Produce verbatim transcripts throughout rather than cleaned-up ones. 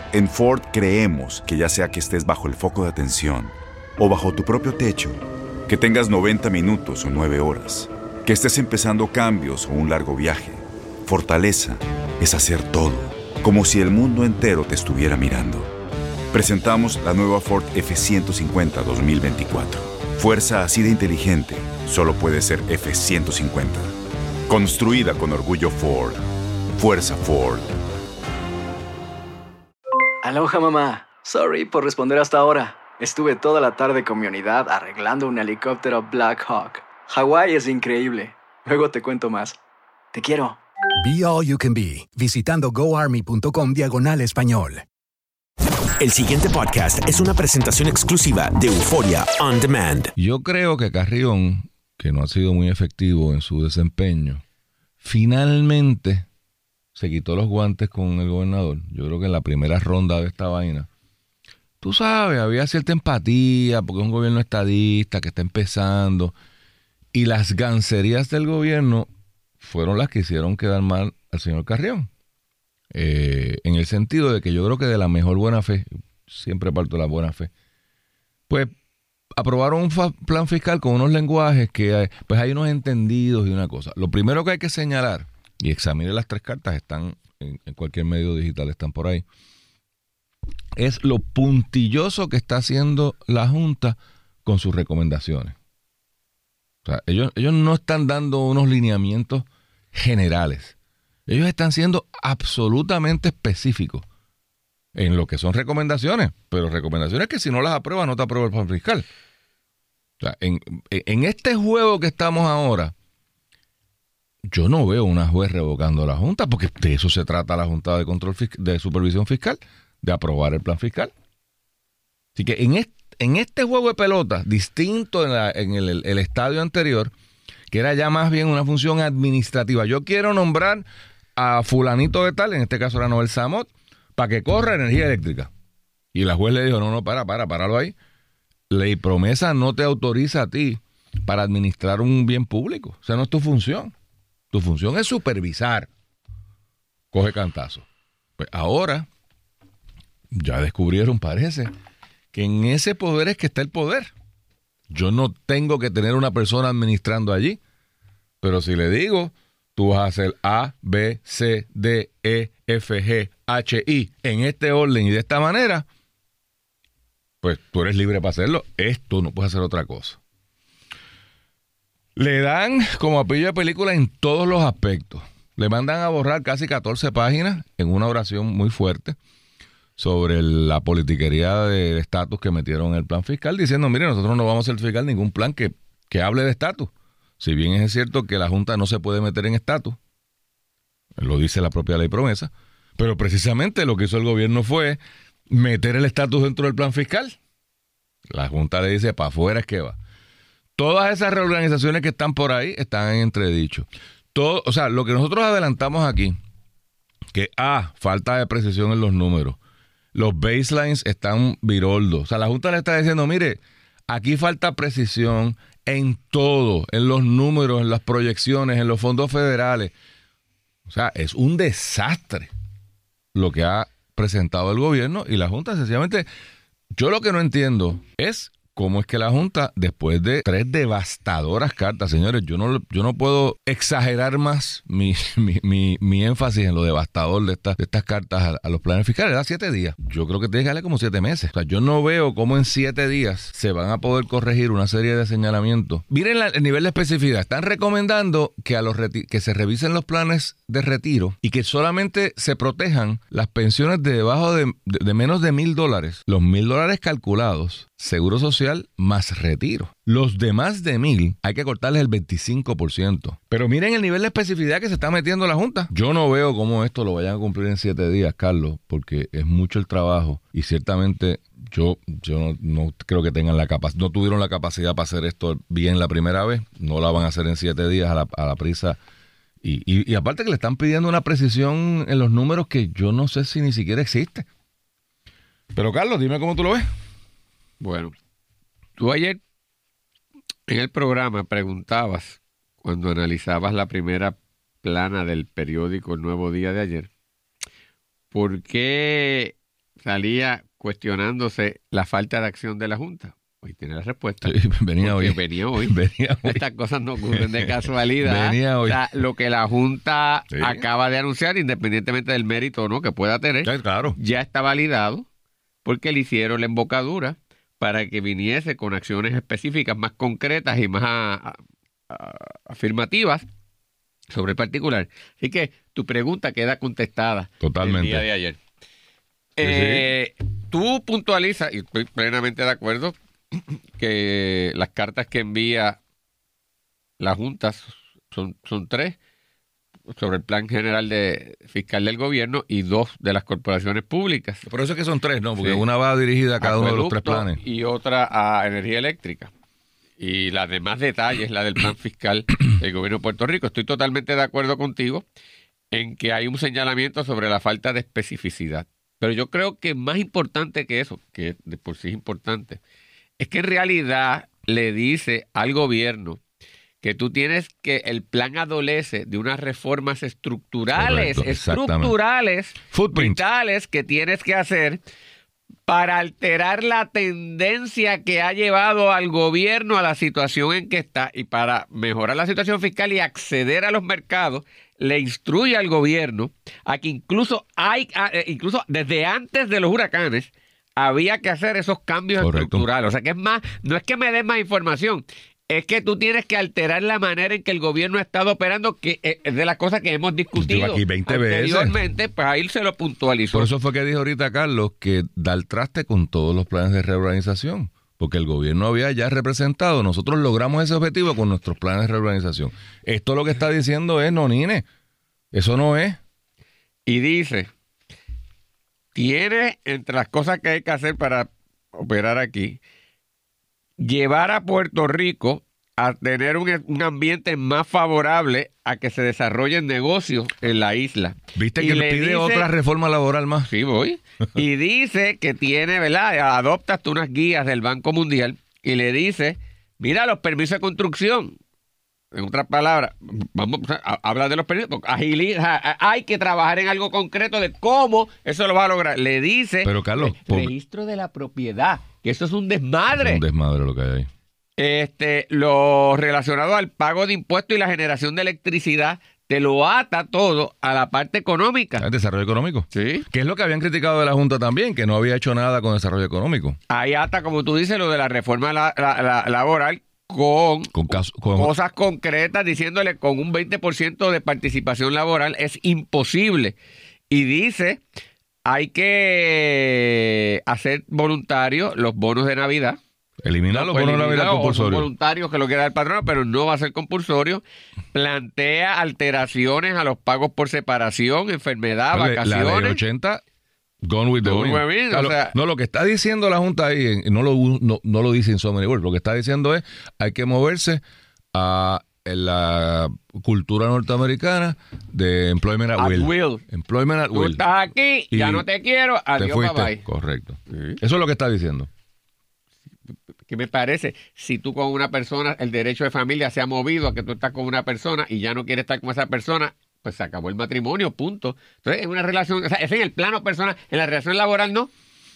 En Ford creemos que ya sea que estés bajo el foco de atención o bajo tu propio techo, que tengas noventa minutos o nueve horas, que estés empezando cambios o un largo viaje, fortaleza es hacer todo, como si el mundo entero te estuviera mirando. Presentamos la nueva Ford F ciento cincuenta dos mil veinticuatro. Fuerza así de inteligente solo puede ser F ciento cincuenta. Construida con orgullo Ford. Fuerza Ford. Aloha, mamá. Sorry por responder hasta ahora. Estuve toda la tarde con mi unidad arreglando un helicóptero Black Hawk. Hawái es increíble. Luego te cuento más. Te quiero. Be All You Can Be, visitando goarmy.com diagonal español. El siguiente podcast es una presentación exclusiva de Euforia On Demand. Yo creo que Carrión, que no ha sido muy efectivo en su desempeño, finalmente se quitó los guantes con el gobernador. Yo creo que en la primera ronda de esta vaina, tú sabes, había cierta empatía porque es un gobierno estadista que está empezando y las gancerías del gobierno fueron las que hicieron quedar mal al señor Carrión. Eh, en el sentido de que yo creo que de la mejor buena fe, siempre parto de la buena fe, pues aprobaron un fa- plan fiscal con unos lenguajes que eh, pues hay unos entendidos y una cosa. Lo primero que hay que señalar, y examine las tres cartas, están en, en cualquier medio digital, están por ahí, es lo puntilloso que está haciendo la Junta con sus recomendaciones. O sea, ellos, ellos no están dando unos lineamientos generales. Ellos están siendo absolutamente específicos en lo que son recomendaciones, pero recomendaciones que si no las apruebas no te aprueba el plan fiscal. O sea, en, en este juego que estamos ahora, yo no veo una juez revocando a la Junta, porque de eso se trata la Junta de Control Fiscal, de Supervisión Fiscal, de aprobar el plan fiscal. Así que en este, en este juego de pelota, distinto en, la, en el, el, el estadio anterior, que era ya más bien una función administrativa. Yo quiero nombrar a fulanito de tal, en este caso era Noel Samot, para que corra energía eléctrica. Y la juez le dijo, no, no, para, para, páralo ahí. Ley promesa no te autoriza a ti para administrar un bien público. O sea, no es tu función. Tu función es supervisar. Coge cantazo. Pues ahora, ya descubrieron, parece, que en ese poder es que está el poder. Yo no tengo que tener una persona administrando allí. Pero si le digo, tú vas a hacer A, B, C, D, E, F, G, H, I en este orden y de esta manera, pues tú eres libre para hacerlo. Esto no puedes hacer otra cosa. Le dan como apellido de película en todos los aspectos. Le mandan a borrar casi catorce páginas en una oración muy fuerte sobre la politiquería de estatus que metieron en el plan fiscal, diciendo, mire, nosotros no vamos a certificar ningún plan que, que hable de estatus. Si bien es cierto que la Junta no se puede meter en estatus, lo dice la propia ley promesa, pero precisamente lo que hizo el gobierno fue meter el estatus dentro del plan fiscal. La Junta le dice, para afuera es que va. Todas esas reorganizaciones que están por ahí están en entredicho. Todo, o sea, lo que nosotros adelantamos aquí, que A, falta de precisión en los números, los baselines están viroldos. O sea, la Junta le está diciendo, mire, aquí falta precisión en todo, en los números, en las proyecciones, en los fondos federales. O sea, es un desastre lo que ha presentado el gobierno y la Junta sencillamente. Yo lo que no entiendo es cómo es que la Junta, después de tres devastadoras cartas, señores, yo no, yo no puedo exagerar más mi, mi, mi, mi énfasis en lo devastador de, esta, de estas cartas a, a los planes fiscales. Da siete días. Yo creo que tiene que darle como siete meses. O sea, yo no veo cómo en siete días se van a poder corregir una serie de señalamientos. Miren la, el nivel de especificidad. Están recomendando que, a los reti- que se revisen los planes de retiro y que solamente se protejan las pensiones de debajo de, de, de menos de mil dólares. Los mil dólares calculados, seguro social más retiro. Los de más de mil hay que cortarles el veinticinco por ciento. Pero miren el nivel de especificidad que se está metiendo la Junta. Yo no veo cómo esto lo vayan a cumplir en siete días, Carlos, porque es mucho el trabajo y ciertamente yo, yo no, no creo que tengan la capacidad, no tuvieron la capacidad para hacer esto bien la primera vez, no la van a hacer en siete días a la, a la prisa. Y, y, y aparte que le están pidiendo una precisión en los números que yo no sé si ni siquiera existe. Pero Carlos, dime cómo tú lo ves. Bueno, tú ayer en el programa preguntabas, cuando analizabas la primera plana del periódico El Nuevo Día de ayer, ¿por qué salía cuestionándose la falta de acción de la Junta. Hoy tiene la respuesta. Sí, venía hoy. Venía hoy. Venía hoy. Estas cosas no ocurren de casualidad. Venía hoy. O sea, lo que la Junta Sí. acaba de anunciar, independientemente del mérito o no que pueda tener, Sí, claro. ya está validado porque le hicieron la embocadura para que viniese con acciones específicas más concretas y más a- a- afirmativas sobre el particular. Así que tu pregunta queda contestada Totalmente. el día de ayer. Sí, Eh, tú puntualizas, y estoy plenamente de acuerdo, que las cartas que envía la Junta son, son tres sobre el plan general de fiscal del gobierno y dos de las corporaciones públicas. Por eso es que son tres, ¿no? Porque Sí. una va dirigida a cada uno de los tres Acueducto planes. y otra a energía eléctrica. Y la de más detalles, la del plan fiscal del gobierno de Puerto Rico. Estoy totalmente de acuerdo contigo en que hay un señalamiento sobre la falta de especificidad. Pero yo creo que más importante que eso, que de por sí es importante, es que en realidad le dice al gobierno que tú tienes que el plan adolece de unas reformas estructurales, Correcto, exactamente. estructurales, Footprint. vitales que tienes que hacer para alterar la tendencia que ha llevado al gobierno a la situación en que está y para mejorar la situación fiscal y acceder a los mercados, le instruye al gobierno a que incluso hay, a- eh, incluso desde antes de los huracanes, había que hacer esos cambios Correcto. estructurales. O sea que es más, no es que me des más información, es que tú tienes que alterar la manera en que el gobierno ha estado operando, que es de las cosas que hemos discutido aquí veinte veces. anteriormente, pues ahí se lo puntualizó. Por eso fue que dijo ahorita Carlos que da el traste con todos los planes de reorganización, porque el gobierno había ya representado, nosotros logramos ese objetivo con nuestros planes de reorganización. Esto lo que está diciendo es, no, Nine, eso no es. Y dice, tiene entre las cosas que hay que hacer para operar aquí, llevar a Puerto Rico a tener un, un ambiente más favorable a que se desarrollen negocios en la isla. ¿Viste Y que le pide dice- otra reforma laboral más? Sí, voy. Y dice que tiene, ¿verdad? Adopta hasta unas guías del Banco Mundial y le dice, mira los permisos de construcción. En otras palabras, vamos a hablar de los permisos, porque agiliza, hay que trabajar en algo concreto de cómo eso lo va a lograr. Le dice, Pero, Carlos, re- por- registro de la propiedad, que eso es un desmadre. Es un desmadre lo que hay ahí. Este, lo relacionado al pago de impuestos y la generación de electricidad, te lo ata todo a la parte económica. El desarrollo económico. Sí. Que es lo que habían criticado de la Junta también, que no había hecho nada con desarrollo económico. Ahí ata, como tú dices, lo de la reforma la- la- la- laboral con, Con caso- con- cosas concretas, diciéndole con un veinte por ciento de participación laboral es imposible. Y dice, hay que hacer voluntarios los bonos de Navidad. Eliminar No, los pues, bonos de Navidad eliminado, o son compulsorios. voluntarios que lo quiera el patrón, pero no va a ser compulsorio. Plantea alteraciones a los pagos por separación, enfermedad, Oye, La ley vacaciones. ochenta, gone with the Gone wind. with the wind, O sea, o lo- sea- no, lo que está diciendo la Junta ahí, y no lo, no, no lo dice en so many words, lo que está diciendo es hay que moverse a la cultura norteamericana de employment at, At will. will. Employment at Tú will. estás aquí, Y ya no te quiero, Te adiós, fuiste. bye bye. Correcto. Sí. Eso es lo que está diciendo. Que me parece, si tú con una persona, el derecho de familia se ha movido a que tú estás con una persona y ya no quieres estar con esa persona, pues se acabó el matrimonio, punto. Entonces, es una relación, o sea, es en el plano personal, en la relación laboral no.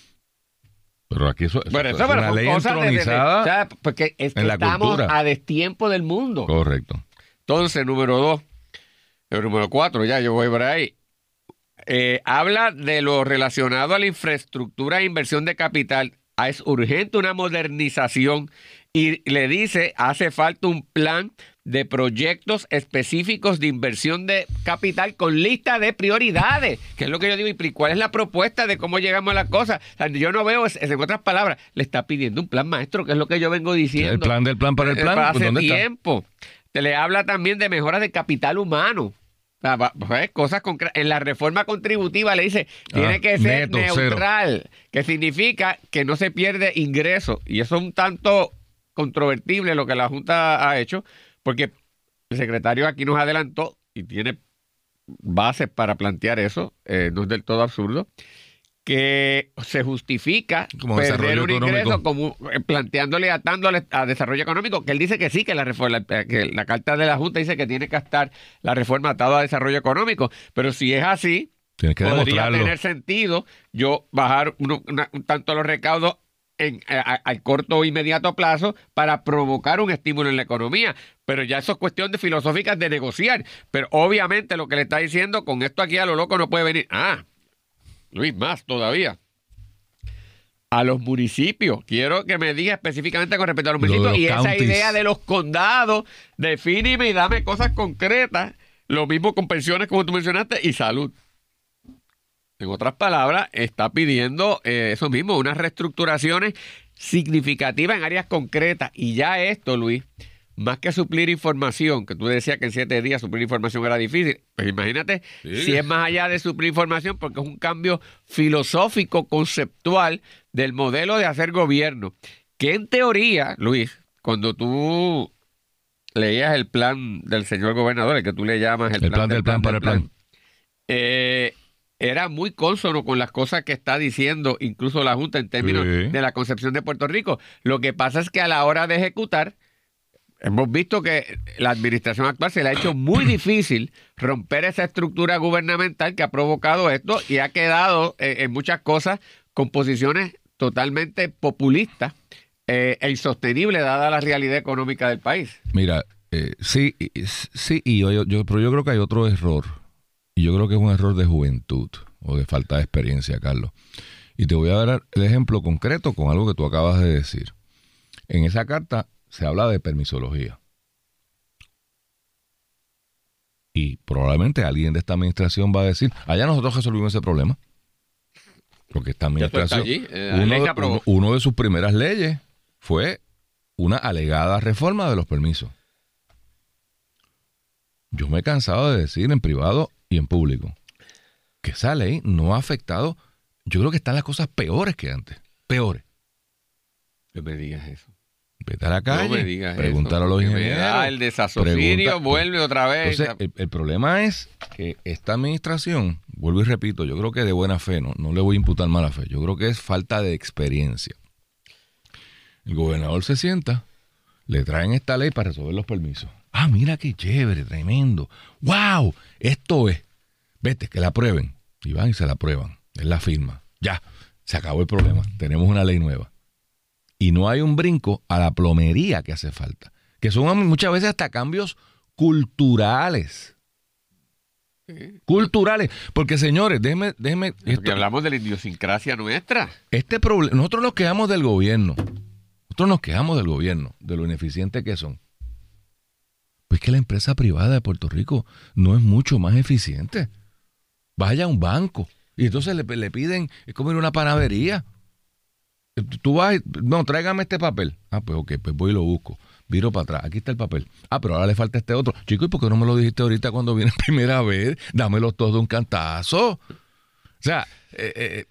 Pero aquí eso, eso- Bueno, eso eso, es pero una son ley cosas de- de- de- entronizada. o sea, porque es que en la estamos cultura. a destiempo del mundo. Correcto. Entonces, número dos, el número cuatro, ya yo voy por ahí. Eh, habla de lo relacionado a la infraestructura e inversión de capital. Ah, es urgente una modernización y le dice, hace falta un plan de proyectos específicos de inversión de capital con lista de prioridades, que es lo que yo digo, y cuál es la propuesta de cómo llegamos a la cosa. O sea, yo no veo, es, es, en otras palabras, le está pidiendo un plan maestro, que es lo que yo vengo diciendo. El plan del plan para el Eh, plan, para pues, hace ¿dónde está? tiempo. Se le habla también de mejoras de capital humano. O sea, va- pues, cosas concretas. En la reforma contributiva le dice, tiene Ah, que ser neto, cero. neutral, que significa que no se pierde ingreso. Y eso es un tanto controvertible lo que la Junta ha hecho, porque el secretario aquí nos adelantó y tiene bases para plantear eso, eh, no es del todo absurdo, que se justifica Como perder desarrollo un económico. ingreso como eh, planteándole, atándole a desarrollo económico, que él dice que sí, que la reforma, que la carta de la Junta dice que tiene que estar la reforma atada a desarrollo económico, pero si es así, Tienes que podría demostrarlo. tener sentido yo bajar uno, una, un tanto los recaudos en, a, al corto o inmediato plazo para provocar un estímulo en la economía. Pero ya eso es cuestión de filosóficas de negociar. Pero obviamente lo que le está diciendo, con esto aquí a lo loco no puede venir. Ah, Luis, más todavía. A los municipios. Quiero que me diga específicamente con respecto a los municipios. Y esa counties. idea de los condados, defíneme y dame cosas concretas. Lo mismo con pensiones, como tú mencionaste, y salud. En otras palabras, está pidiendo eh, eso mismo, unas reestructuraciones significativas en áreas concretas. Y ya esto, Luis, más que suplir información, que tú decías que en siete días suplir información era difícil, pues imagínate Sí. si es más allá de suplir información, porque es un cambio filosófico, conceptual del modelo de hacer gobierno. Que en teoría, Luis, cuando tú leías el plan del señor gobernador, el que tú le llamas el, El plan del plan para el plan. eh, era muy cónsono con las cosas que está diciendo incluso la Junta en términos Sí. de la concepción de Puerto Rico. Lo que pasa es que a la hora de ejecutar, hemos visto que la administración actual se le ha hecho muy difícil romper esa estructura gubernamental que ha provocado esto y ha quedado eh, en muchas cosas con posiciones totalmente populistas eh, e insostenibles dada la realidad económica del país. Mira, eh, sí, y- sí, y yo, yo- pero yo creo que hay otro error. Y yo creo que es un error de juventud o de falta de experiencia, Carlos. Y te voy a dar el ejemplo concreto con algo que tú acabas de decir. En esa carta se habla de permisología. Y probablemente alguien de esta administración va a decir, allá nosotros resolvimos ese problema. Porque esta Ya tú estás administración, allí, eh, la uno, ley se de, aprobó. uno- uno de sus primeras leyes fue una alegada reforma de los permisos. Yo me he cansado de decir en privado y en público que esa ley no ha afectado, yo creo que están las cosas peores que antes, peores. No me digas eso. Vete a la calle, No me digas preguntar eso, a los porque me ingenieros. da el desasocirio, pregunta- vuelve otra vez. Entonces, el, el problema es que esta administración, vuelvo y repito, yo creo que de buena fe, no, no le voy a imputar mala fe, yo creo que es falta de experiencia. El gobernador se sienta, le traen esta ley para resolver los permisos. Ah, mira qué chévere, tremendo. ¡Wow! Esto es. Vete, que la aprueben. Y van y se la aprueban. Es la firma. Ya, se acabó el problema. Tenemos una ley nueva. Y no hay un brinco a la plomería que hace falta. Que son muchas veces hasta cambios culturales. Culturales. Porque, señores, déjenme... déjenme Porque esto- hablamos de la idiosincrasia nuestra. este problema, nosotros nos quejamos del gobierno. Nosotros nos quejamos del gobierno, de lo ineficiente que son. Pues que la empresa privada de Puerto Rico no es mucho más eficiente. Vaya a un banco y entonces le, le piden, es como ir a una panadería. Tú vas, y, no, tráigame este papel. Ah, pues ok, pues voy y lo busco. Viro para atrás, aquí está el papel. Ah, pero ahora le falta este otro. Chico, ¿y por qué no me lo dijiste ahorita cuando vine primera vez? Dámelos todos de un cantazo. O sea, eh, eh,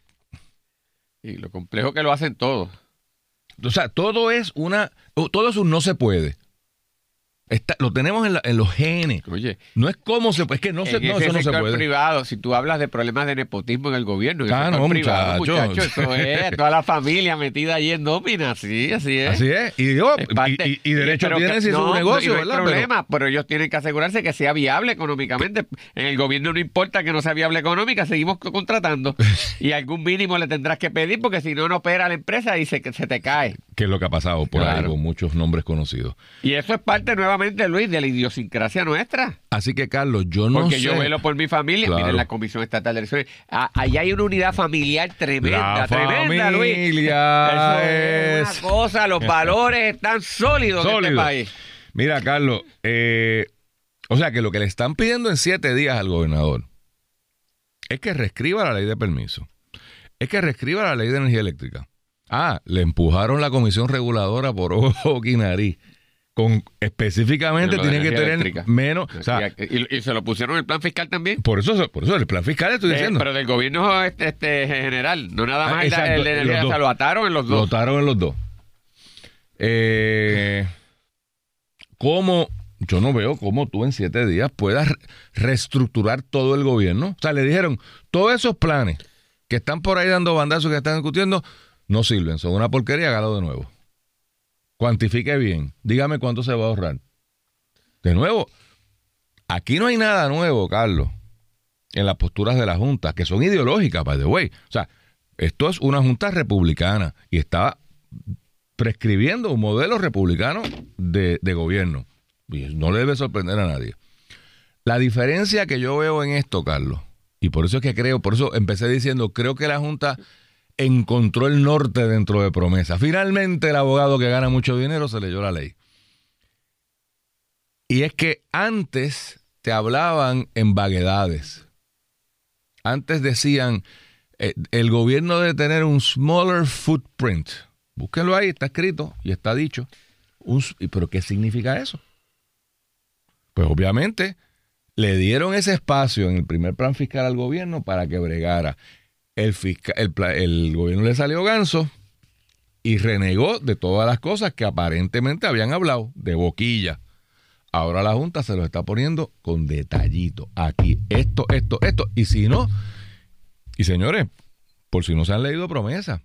Y lo complejo que lo hacen todos. O sea, todo es una, todo es un no se puede. Está, lo tenemos en, la, en los genes. Oye, No es cómo se puede, es que no, se, en no ese eso no se sector puede. privado, si tú hablas de problemas de nepotismo en el gobierno, en el Ah, sector no, privado, muchacho. muchacho, eso es toda la familia metida allí en nómina, sí, así es. Así es. Y, digo, Es parte- y, y, y derecho pero tiene que- si es no, un negocio, no hay ¿verdad? Pero- problema, pero, ellos tienen que asegurarse que sea viable económicamente. En el gobierno no importa que no sea viable económica, seguimos co- contratando. Y algún mínimo le tendrás que pedir porque si no, no opera la empresa y se, se te cae. que es lo que ha pasado por ahí Claro. con muchos nombres conocidos. Y eso es parte nuevamente, Luis, de la idiosincrasia nuestra. Así que, Carlos, yo no Porque sé. yo velo por mi familia. Claro. Miren la Comisión Estatal de Elecciones. Ah, allá hay una unidad familiar tremenda, La tremenda, Luis. familia Eso es es- una cosa, los valores están sólidos en este Sólido. país. Mira, Carlos, eh, o sea que lo que le están pidiendo en siete días al gobernador es que reescriba la ley de permiso. Es que reescriba la ley de energía eléctrica. Ah, le empujaron la comisión reguladora por ojo y nariz. Con, específicamente Lo de tiene que energía tener eléctrica. menos. O sea, y, y se lo pusieron en el plan fiscal también. por eso, por eso el plan fiscal estoy Eh, diciendo. pero del gobierno este, este general, no nada Ah, más el de- exacto, el de los energía, dos. o sea, lo ataron en los Lo dos. votaron en los dos. Eh, ¿Cómo? Yo no veo cómo tú en siete días puedas re- reestructurar todo el gobierno. O sea, le dijeron, todos esos planes que están por ahí dando bandazos, que están discutiendo, no sirven, son una porquería, hágalo de nuevo. Cuantifique bien, dígame cuánto se va a ahorrar. De nuevo, aquí no hay nada nuevo, Carlos. en las posturas de la Junta, que son ideológicas, by the way. O sea, esto es una Junta republicana y está prescribiendo un modelo republicano de, de gobierno. Y no le debe sorprender a nadie. La diferencia que yo veo en esto, Carlos, y por eso es que creo, por eso empecé diciendo, creo que la Junta encontró el norte dentro de Promesa. Finalmente el abogado que gana mucho dinero se leyó la ley. Y es que antes te hablaban en vaguedades. Antes decían, eh, el gobierno debe tener un smaller footprint. Búsquenlo ahí, está escrito y está dicho. Un, ¿Pero qué significa eso? Pues obviamente le dieron ese espacio en el primer plan fiscal al gobierno para que bregara. El, fiscal, el, el gobierno le salió ganso y renegó de todas las cosas que aparentemente habían hablado, de boquilla. Ahora la Junta se lo está poniendo con detallito. Aquí, esto, esto, esto. Y si no, y señores, por si no se han leído promesas,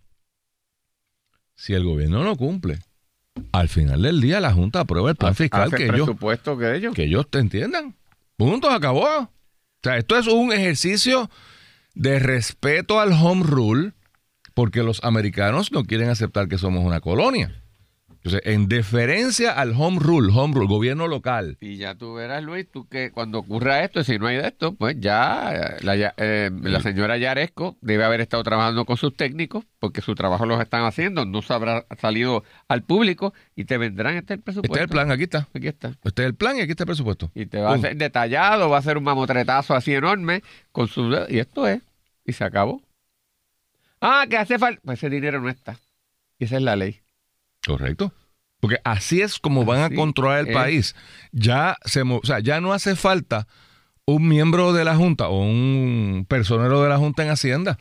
si el gobierno no cumple, al final del día la Junta aprueba el plan fiscal que ellos, presupuesto que ellos, que ellos te entiendan. Punto, acabó. O sea, esto es un ejercicio de respeto al home rule, porque los americanos no quieren aceptar que somos una colonia. Entonces, en deferencia al home rule, home rule, gobierno local. Y ya tú verás, Luis, tú que cuando ocurra esto, si no hay de esto, pues ya la, eh, la señora Yaresco debe haber estado trabajando con sus técnicos, porque su trabajo los están haciendo, no se habrá salido al público y te vendrán, este es el presupuesto. Este es el plan, aquí está. Aquí está. Este es el plan y aquí está el presupuesto. Y te va uh. a ser detallado, va a ser un mamotretazo así enorme, con su y esto es, y se acabó. Ah, que hace falta, pues ese dinero no está. Y esa es la ley. Correcto. Porque así es como van así a controlar el es. país. Ya se, o sea, ya no hace falta un miembro de la Junta o un personero de la Junta en Hacienda.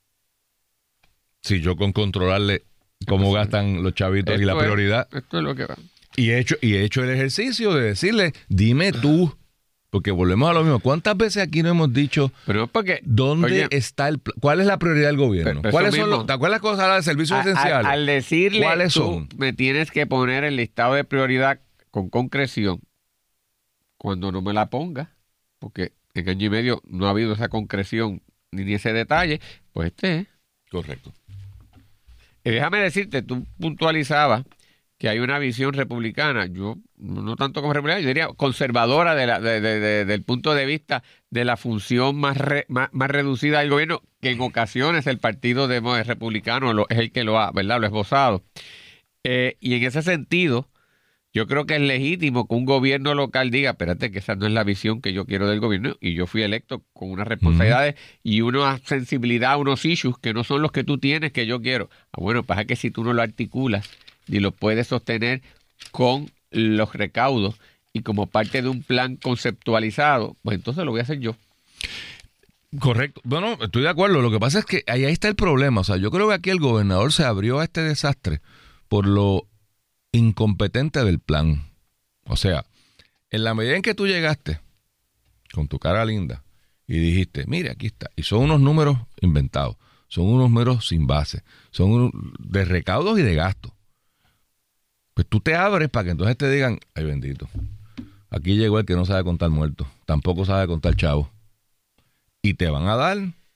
Si yo con controlarle cómo gastan los chavitos esto y la es, prioridad. Esto es lo que va. Y he hecho, y he hecho el ejercicio de decirle, dime tú. Porque volvemos a lo mismo. ¿Cuántas veces aquí no hemos dicho pero porque, dónde oye, está el cuál es la prioridad del gobierno? ¿Cuáles son los, ¿Te acuerdas las cosas de servicios a, esenciales? A, al decirle, ¿cuáles tú son? Me tienes que poner el listado de prioridad con concreción cuando no me la ponga, porque en año y medio no ha habido esa concreción ni ese detalle, pues este es. Correcto. Y déjame decirte, tú puntualizabas que hay una visión republicana, yo no tanto como republicana, yo diría conservadora de la, de, de, de, del punto de vista de la función más, re, más, más reducida del gobierno, que en ocasiones el partido de, de republicano lo, es el que lo ha, ¿verdad? Lo ha esbozado. Eh, y en ese sentido, yo creo que es legítimo que un gobierno local diga, espérate, que esa no es la visión que yo quiero del gobierno, y yo fui electo con unas responsabilidades uh-huh. y una sensibilidad, unos issues que no son los que tú tienes que yo quiero. Ah, bueno, pasa que si tú no lo articulas y lo puedes sostener con los recaudos y como parte de un plan conceptualizado, pues entonces lo voy a hacer yo. Correcto. Bueno, estoy de acuerdo. Lo que pasa es que ahí, ahí está el problema. O sea, yo creo que aquí el gobernador se abrió a este desastre por lo incompetente del plan. O sea, en la medida en que tú llegaste con tu cara linda y dijiste, mire, aquí está, y son unos números inventados, son unos números sin base, son unos de recaudos y de gastos. Pues tú te abres para que entonces te digan, ay bendito, aquí llegó el que no sabe contar muertos, tampoco sabe contar chavos. Y te van a dar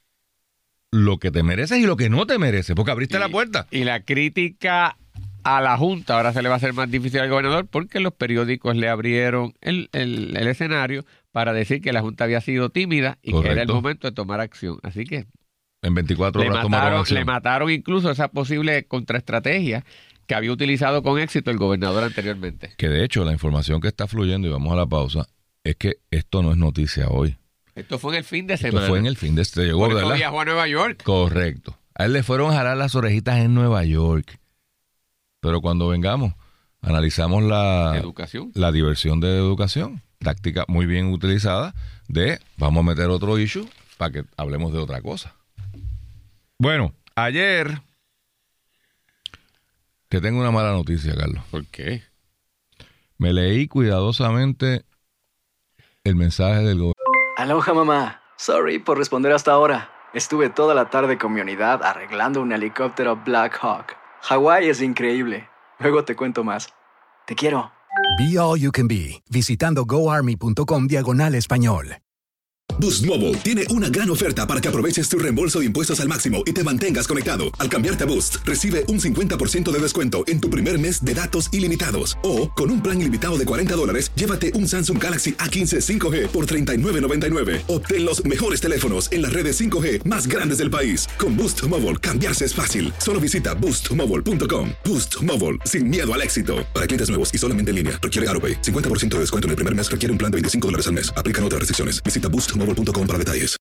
lo que te mereces y lo que no te mereces, porque abriste y, la puerta. Y la crítica a la Junta ahora se le va a hacer más difícil al gobernador porque los periódicos le abrieron el, el, el escenario para decir que la Junta había sido tímida y Correcto. Que era el momento de tomar acción. Así que en veinticuatro horas tomaron acción. Le mataron incluso esa posible contraestrategia que había utilizado con éxito el gobernador anteriormente. Que de hecho la información que está fluyendo, y vamos a la pausa, es que esto no es noticia hoy. Esto fue en el fin de semana. Esto fue en el fin de semana. Llegó, Por eso viajó a Nueva York. Correcto. A él le fueron a jalar las orejitas en Nueva York. Pero cuando vengamos, analizamos la, educación. la diversión de educación. Táctica muy bien utilizada de vamos a meter otro issue para que hablemos de otra cosa. Bueno, ayer te tengo una mala noticia, Carlos. ¿Por qué? Me leí cuidadosamente el mensaje del gobierno. Aloha, mamá. Sorry por responder hasta ahora. Estuve toda la tarde con mi unidad arreglando un helicóptero Black Hawk. Hawái es increíble. Luego te cuento más. Te quiero. Be All You Can Be, visitando goarmy.com diagonal español. Boost Mobile tiene una gran oferta para que aproveches tu reembolso de impuestos al máximo y te mantengas conectado. Al cambiarte a Boost, recibe un cincuenta por ciento de descuento en tu primer mes de datos ilimitados. O, con un plan ilimitado de cuarenta dólares, llévate un Samsung Galaxy A quince cinco G por treinta y nueve noventa y nueve. Obtén los mejores teléfonos en las redes cinco G más grandes del país. Con Boost Mobile, cambiarse es fácil. Solo visita boost mobile punto com. Boost Mobile, sin miedo al éxito. Para clientes nuevos y solamente en línea, requiere AutoPay. cincuenta por ciento de descuento en el primer mes requiere un plan de veinticinco dólares al mes. Aplican otras restricciones. Visita boost mobile punto com para detalles.